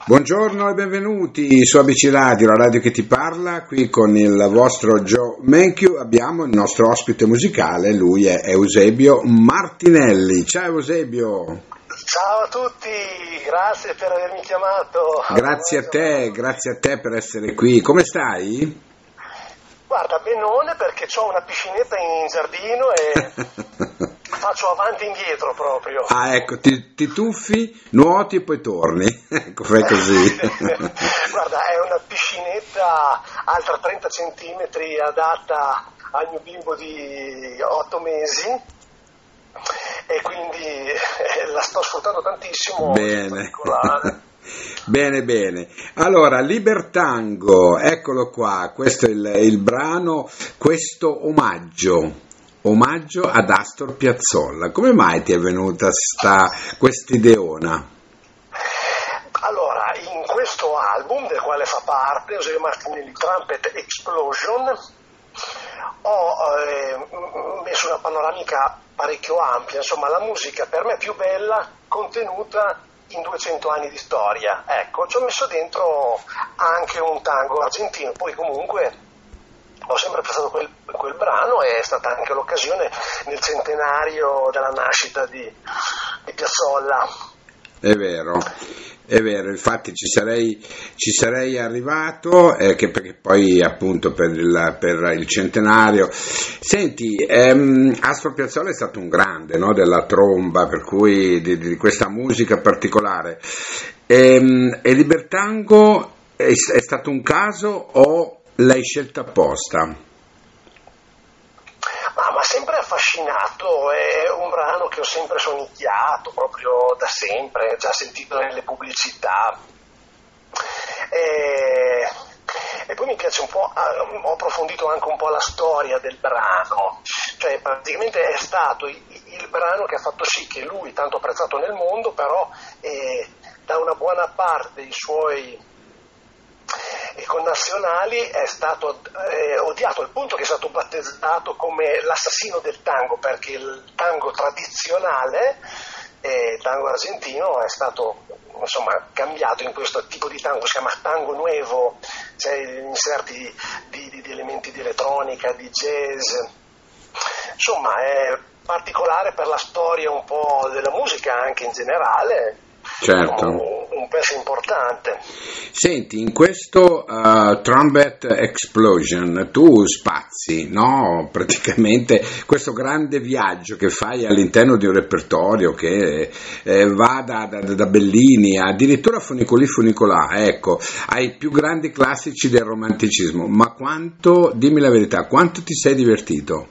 Buongiorno e benvenuti su ABC Radio, la radio che ti parla. Qui con il vostro Joe Manchiu abbiamo il nostro ospite musicale, lui è Eusebio Martinelli. Ciao Eusebio. Ciao a tutti, grazie per avermi chiamato. Grazie a te per essere qui. Come stai? Guarda, benone perché ho una piscinetta in giardino e faccio avanti e indietro proprio. Ah, ecco, ti tuffi, nuoti e poi torni. Ecco, fai così. Guarda, è una piscinetta alta 30 centimetri adatta al mio bimbo di 8 mesi e quindi la sto sfruttando tantissimo. Bene. Bene. Allora, Libertango, eccolo qua, questo è il brano, questo omaggio ad Astor Piazzolla. Come mai ti è venuta quest'ideona? Allora, in questo album, del quale fa parte Eusebio Martinelli Trumpet Explosion, ho messo una panoramica parecchio ampia, insomma la musica per me più bella contenuta in 200 anni di storia. Ecco, ci ho messo dentro anche un tango argentino, poi comunque ho sempre apprezzato quel brano e è stata anche l'occasione nel centenario della nascita di Piazzolla. È vero, infatti ci sarei arrivato, perché poi appunto per il centenario. Senti, Astor Piazzolla è stato un grande, no, della tromba, per cui di questa musica particolare. E Libertango è stato un caso o l'hai scelta apposta? Ma sempre affascinato, è un brano che ho sempre sonicchiato proprio da sempre, già sentito nelle pubblicità. E poi mi piace un po', ho approfondito anche un po' la storia del brano, cioè praticamente è stato il brano che ha fatto sì che lui, tanto apprezzato nel mondo, però da una buona parte dei suoi connazionali è stato odiato al punto che è stato battezzato come l'assassino del tango, perché il tango tradizionale, il tango argentino, è stato cambiato in questo tipo di tango, si chiama tango nuevo, c'è inserti di elementi di elettronica, di jazz, insomma è particolare per la storia un po' della musica anche in generale. Certo. Un pezzo importante. Senti, in questo Trumpet Explosion tu spazi, no? Praticamente questo grande viaggio che fai all'interno di un repertorio che va da Bellini addirittura Funicolà, ecco, ai più grandi classici del romanticismo. Ma dimmi la verità, quanto ti sei divertito?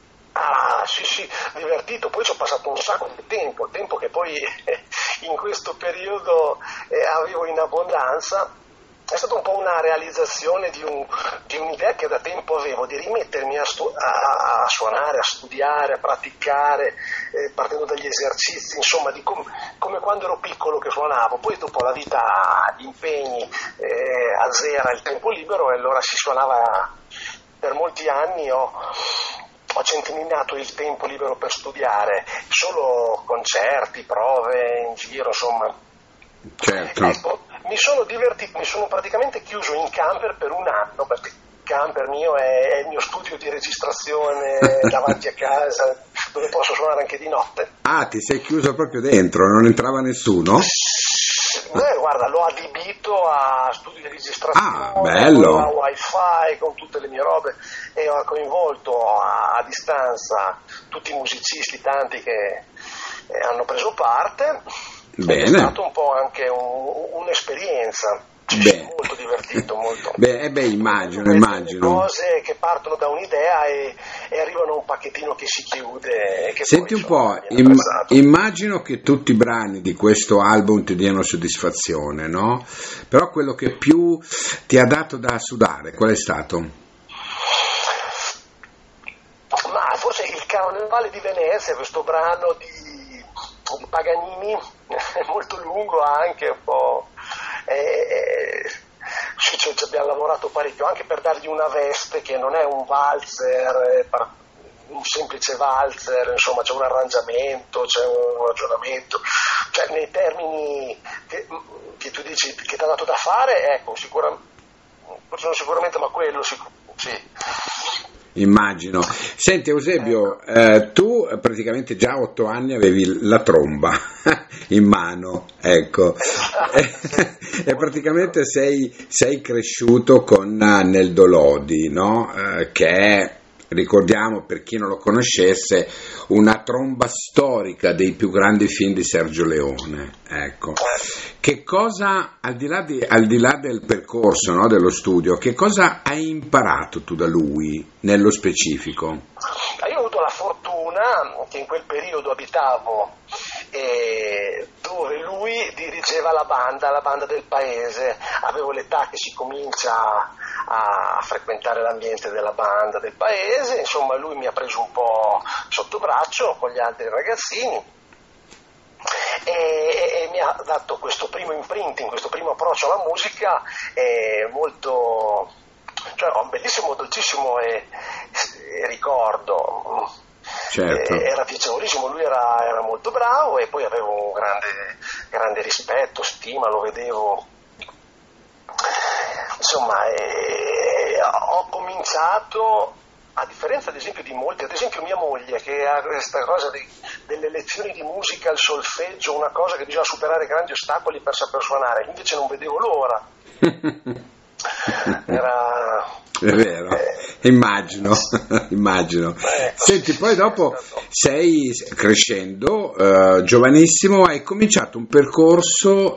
Sì, divertito, poi ci ho passato un sacco di tempo, il tempo che poi in questo periodo avevo in abbondanza. È stata un po' una realizzazione di un'idea che da tempo avevo, di rimettermi a suonare, a studiare, a praticare, partendo dagli esercizi, insomma, di come quando ero piccolo che suonavo. Poi dopo la vita, gli impegni, azzera il tempo libero e allora si suonava per molti anni. Ho centinato il tempo libero per studiare, solo concerti, prove in giro, insomma. Certo. Ecco, mi sono divertito, mi sono praticamente chiuso in camper per un anno, perché il camper mio è il mio studio di registrazione davanti a casa, dove posso suonare anche di notte. Ah, ti sei chiuso proprio dentro, non entrava nessuno? Guarda, l'ho adibito a studio di registrazione, bello. Con la wifi, con tutte le mie robe, e ho coinvolto a distanza tutti i musicisti, tanti che hanno preso parte. Bene. È stato un po' anche un'esperienza. Ci sono molto divertito, molto. Immagino. Cose che partono da un'idea e arrivano a un pacchettino che si chiude. E che senti poi, un po', immagino che tutti i brani di questo album ti diano soddisfazione, no? Però quello che più ti ha dato da sudare, qual è stato? Ma forse il Carnevale di Venezia, questo brano di Paganini, molto lungo anche, un po'. Ci abbiamo lavorato parecchio anche per dargli una veste che non è un valzer, un semplice valzer, insomma c'è un arrangiamento, c'è un ragionamento, cioè nei termini che tu dici che ti ha dato da fare, ecco, sono sicuramente, ma quello sì. Immagino. Senti Eusebio, tu praticamente già a 8 anni avevi la tromba in mano, ecco, e praticamente sei cresciuto con Neldo Lodi, no? Che è, ricordiamo per chi non lo conoscesse, una tromba storica dei più grandi film di Sergio Leone, ecco. Che cosa, al di là del percorso, no, dello studio, che cosa hai imparato tu da lui nello specifico? Io ho avuto la fortuna che in quel periodo abitavo dove lui dirigeva la banda del paese. Avevo l'età che si comincia a frequentare l'ambiente della banda del paese, insomma lui mi ha preso un po' sotto braccio con gli altri ragazzini e mi ha dato questo primo imprinting, questo primo approccio alla musica molto, cioè un bellissimo, dolcissimo ricordo. Certo. Era piacevolissimo, lui era molto bravo e poi avevo un grande rispetto, stima, lo vedevo. Insomma, ho cominciato, a differenza ad esempio di molti, ad esempio mia moglie che ha questa cosa delle lezioni di musica, il solfeggio, una cosa che bisogna superare grandi ostacoli per saper suonare, invece non vedevo l'ora. È vero, immagino. Senti, poi dopo sei crescendo, giovanissimo, hai cominciato un percorso,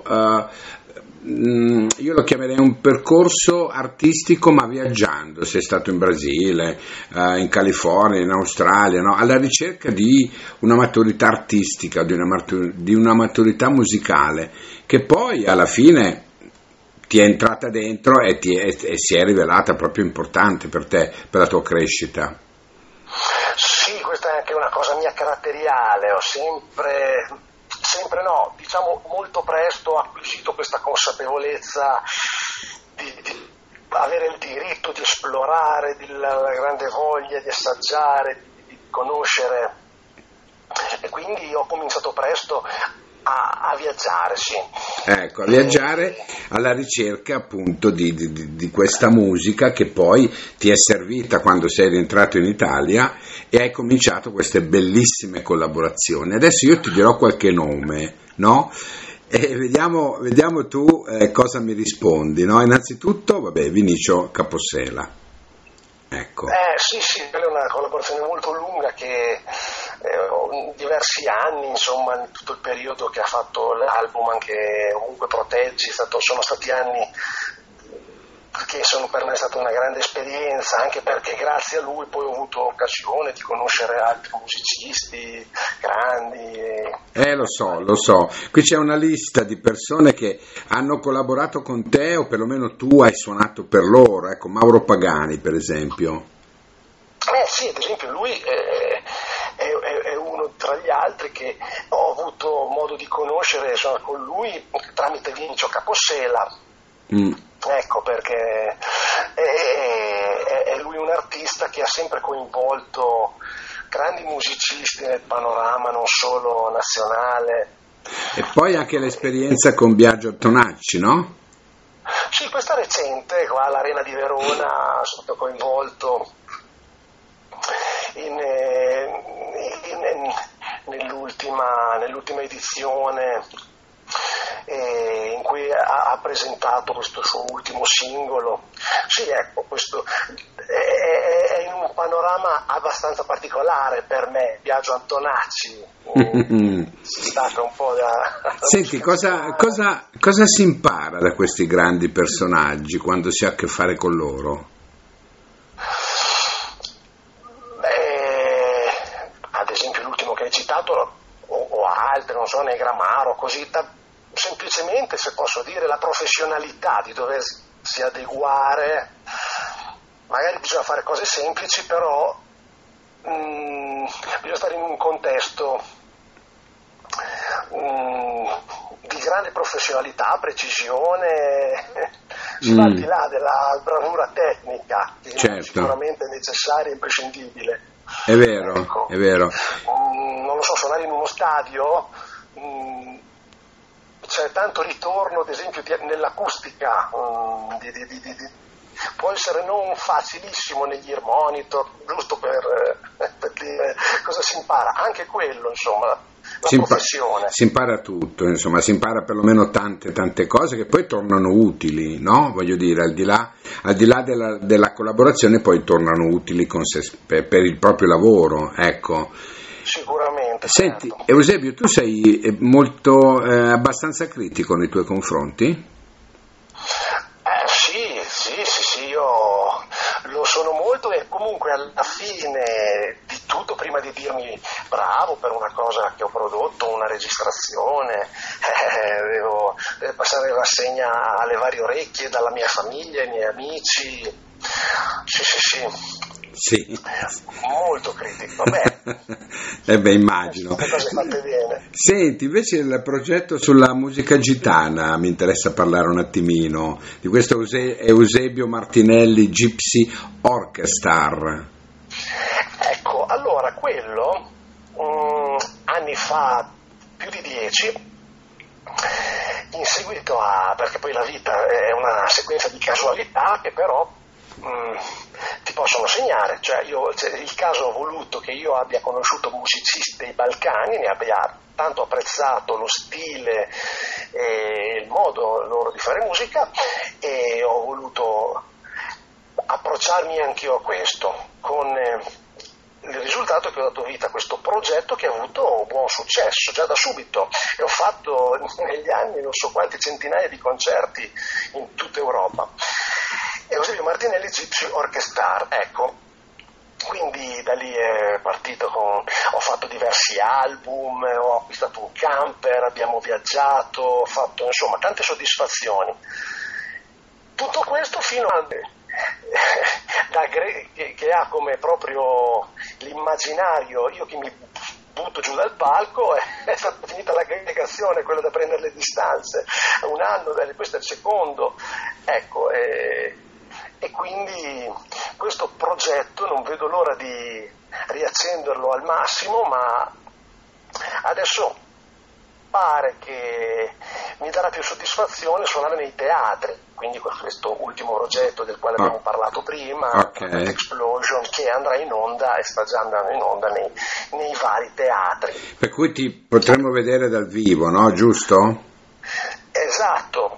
io lo chiamerei un percorso artistico ma viaggiando. Sei stato in Brasile, in California, in Australia, no? Alla ricerca di una maturità artistica, di una maturità musicale che poi alla fine ti è entrata dentro e si è rivelata proprio importante per te, per la tua crescita. Sì, questa è anche una cosa mia caratteriale, ho sempre no, diciamo molto presto acquisito questa consapevolezza di avere il diritto di esplorare, la grande voglia di assaggiare, di conoscere, e quindi ho cominciato presto a viaggiare, sì. Ecco, a viaggiare alla ricerca appunto di questa musica che poi ti è servita quando sei rientrato in Italia e hai cominciato queste bellissime collaborazioni. Adesso io ti dirò qualche nome, no? E vediamo tu cosa mi rispondi, no? Innanzitutto, Vinicio Capossela. Ecco. Sì, quella è una collaborazione molto lunga che diversi anni, insomma, in tutto il periodo che ha fatto l'album, anche Ovunque Proteggi, sono stati anni che per me è stata una grande esperienza, anche perché grazie a lui poi ho avuto occasione di conoscere altri musicisti grandi. Lo so, qui c'è una lista di persone che hanno collaborato con te o perlomeno tu hai suonato per loro, ecco, Mauro Pagani per esempio. Sì, ad esempio lui è uno tra gli altri che ho avuto modo di conoscere, con lui tramite Vinicio Capossela. Ecco, perché è lui un artista che ha sempre coinvolto grandi musicisti nel panorama non solo nazionale. E poi anche l'esperienza con Biagio Antonacci, no? Sì, questa recente, qua all'Arena di Verona, sono stato coinvolto nell'ultima edizione in cui ha presentato questo suo ultimo singolo. Sì, ecco, questo è in un panorama abbastanza particolare per me, Biagio Antonacci. Si stacca un po' da... Senti, cosa si impara da questi grandi personaggi quando si ha a che fare con loro? Ad esempio l'ultimo che hai citato o altri, non so, Negramaro, così, semplicemente, se posso dire, la professionalità di doversi adeguare. Magari bisogna fare cose semplici, però bisogna stare in un contesto di grande professionalità, precisione, si va al di là della bravura tecnica, che certo, sicuramente è necessaria e imprescindibile. È vero, ecco. È vero. Non lo so, suonare in uno stadio c'è tanto ritorno, ad esempio, nell'acustica, può essere non facilissimo negli ear monitor, giusto per dire cosa si impara, anche quello, insomma, la professione. Si impara tutto, insomma, si impara perlomeno tante cose che poi tornano utili, no? Voglio dire, al di là della collaborazione poi tornano utili per il proprio lavoro, ecco. Sicuramente. Senti, certo. Eusebio, tu sei molto abbastanza critico nei tuoi confronti? Sì, io lo sono molto, e comunque alla fine di tutto, prima di dirmi bravo per una cosa che ho prodotto, una registrazione, devo passare la rassegna alle varie orecchie dalla mia famiglia, ai miei amici. Sì. Molto critico, immagino. Le cose fatte bene. Senti, invece il progetto sulla musica gitana mi interessa parlare un attimino di questo Eusebio Martinelli Gypsy Orchestra. Ecco, allora quello anni fa, più di 10, in seguito perché poi la vita è una sequenza di casualità che però ti possono segnare, il caso ha voluto che io abbia conosciuto musicisti dei Balcani, ne abbia tanto apprezzato lo stile e il modo loro di fare musica, e ho voluto approcciarmi anch'io a questo, con il risultato che ho dato vita a questo progetto che ha avuto buon successo già da subito, e ho fatto negli anni non so quanti centinaia di concerti in tutta Europa. Eusebio Martinelli Gypsy Orchestra, ecco, quindi da lì è partito ho fatto diversi album, ho acquistato un camper, abbiamo viaggiato, ho fatto insomma tante soddisfazioni. Tutto questo fino a che ha come proprio l'immaginario, io che mi butto giù dal palco, è stata finita l'aggregazione, quella da prendere le distanze, un anno, questo è il secondo, ecco, e quindi questo progetto non vedo l'ora di riaccenderlo al massimo, ma adesso pare che mi darà più soddisfazione suonare nei teatri, quindi questo ultimo progetto del quale abbiamo parlato prima, okay. Explosion, che andrà in onda e sta già andando in onda nei vari teatri. Per cui ti potremo vedere dal vivo, no? Giusto? Esatto,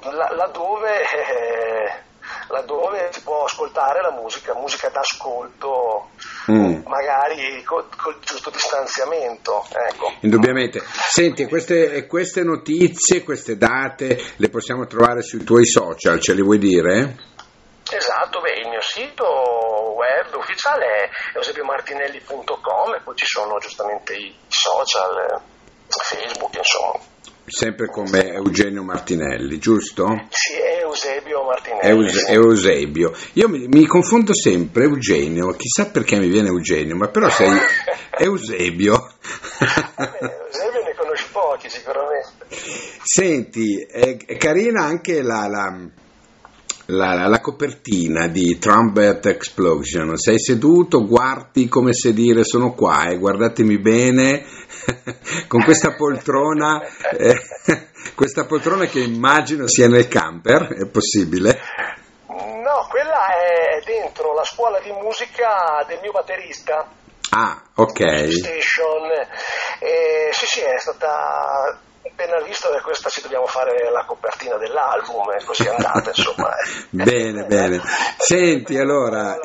laddove si può ascoltare la musica d'ascolto, magari col giusto distanziamento, ecco. Indubbiamente. Senti, queste notizie, queste date le possiamo trovare sui tuoi social, ce li vuoi dire? Esatto, il mio sito web ufficiale è eusebiomartinelli.com e poi ci sono giustamente i social, Facebook, insomma. Sempre come Eugenio Martinelli, giusto? Sì, è Eusebio Martinelli. Eusebio. Io mi confondo sempre Eugenio, chissà perché mi viene Eugenio, ma però sei Eusebio. Eusebio ne conosci pochi sicuramente. Senti, è carina anche la copertina di Trumpet Explosion. Sei seduto, guardi come se dire sono qua e guardatemi bene, con questa poltrona che immagino sia nel camper, è possibile? No, quella è dentro la scuola di musica del mio batterista. Ah, ok. Station. Sì, è stata appena visto che questa ci dobbiamo fare la copertina dell'album, e così è andata, insomma. Bene. Senti, allora,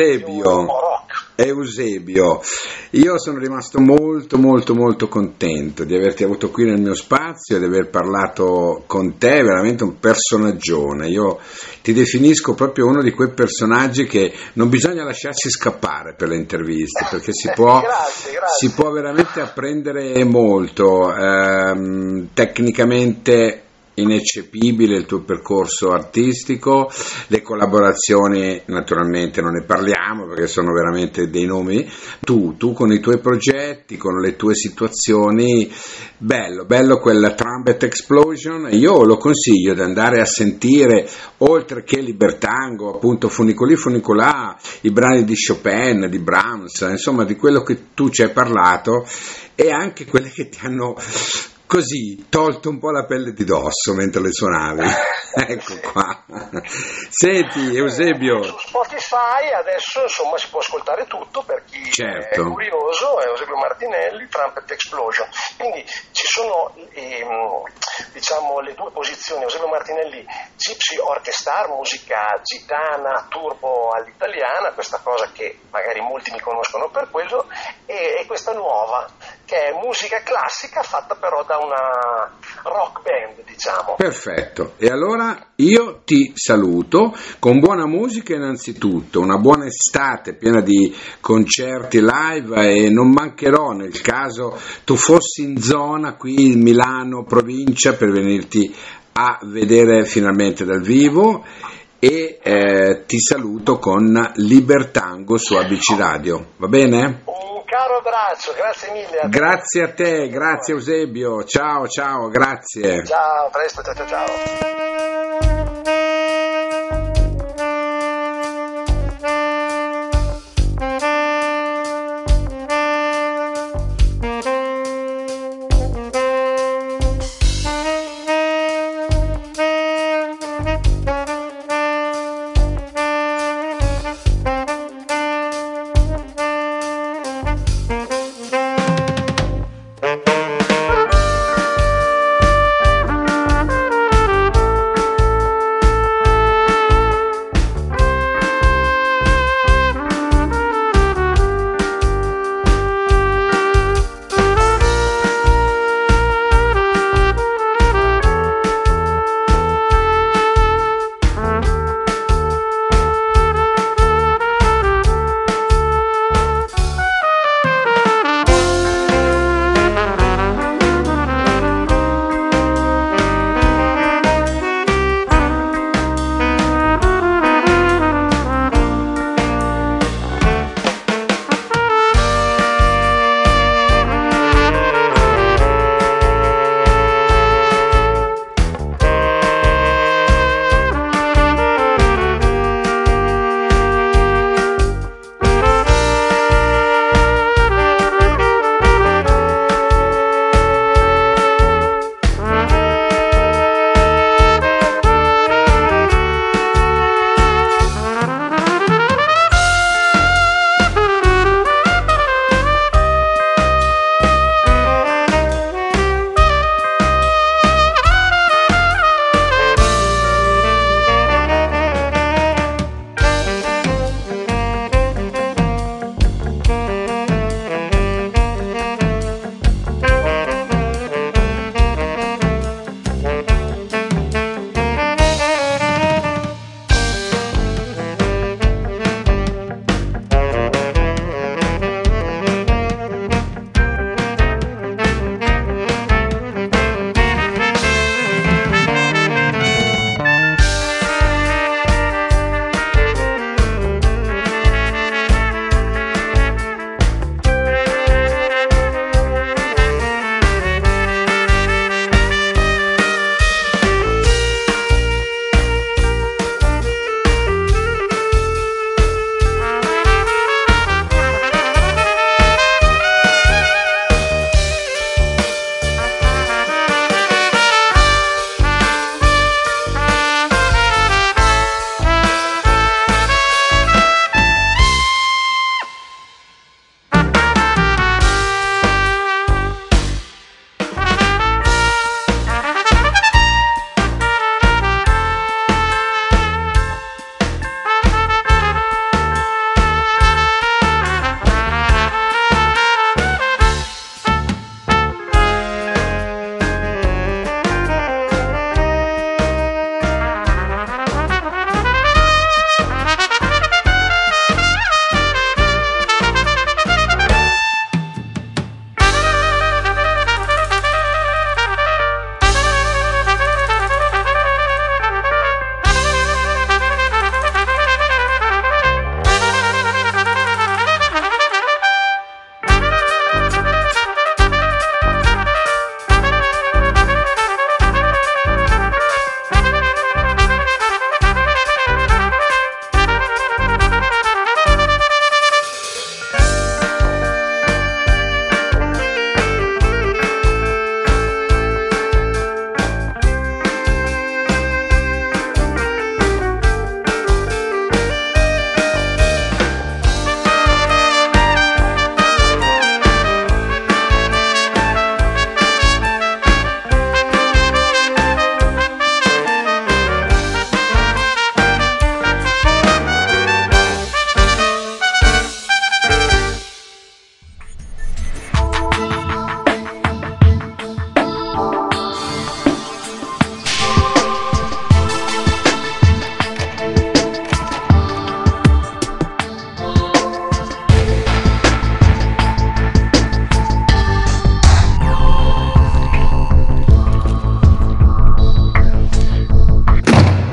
Eusebio, io sono rimasto molto contento di averti avuto qui nel mio spazio e di aver parlato con te, veramente un personaggione. Io ti definisco proprio uno di quei personaggi che non bisogna lasciarsi scappare per le interviste, perché si può veramente apprendere molto, tecnicamente ineccepibile il tuo percorso artistico, le collaborazioni naturalmente non ne parliamo perché sono veramente dei nomi, tu con i tuoi progetti, con le tue situazioni, bello quel Trumpet Explosion. Io lo consiglio di andare a sentire, oltre che Libertango, appunto Funicoli Funicolà, i brani di Chopin, di Brahms, insomma di quello che tu ci hai parlato, e anche quelle che ti hanno così, tolto un po' la pelle di dosso mentre le suonavi. Ecco qua. Senti, Eusebio. Su Spotify adesso insomma si può ascoltare tutto per chi è curioso, è Eusebio Martinelli, Trumpet Explosion. Quindi ci sono diciamo le due posizioni, Eusebio Martinelli Gypsy Orchestra, musica gitana, turbo all'italiana, questa cosa che magari molti mi conoscono per quello, e questa nuova che è musica classica fatta però da una rock band, diciamo. Perfetto, e allora io ti saluto con buona musica innanzitutto, una buona estate piena di concerti live, e non mancherò nel caso tu fossi in zona qui in Milano provincia per venirti a vedere finalmente dal vivo, e ti saluto con Libertango su ABC Radio, va bene? Un caro abbraccio, grazie mille. Grazie a te, grazie Eusebio, ciao, grazie. Ciao, presto, ciao.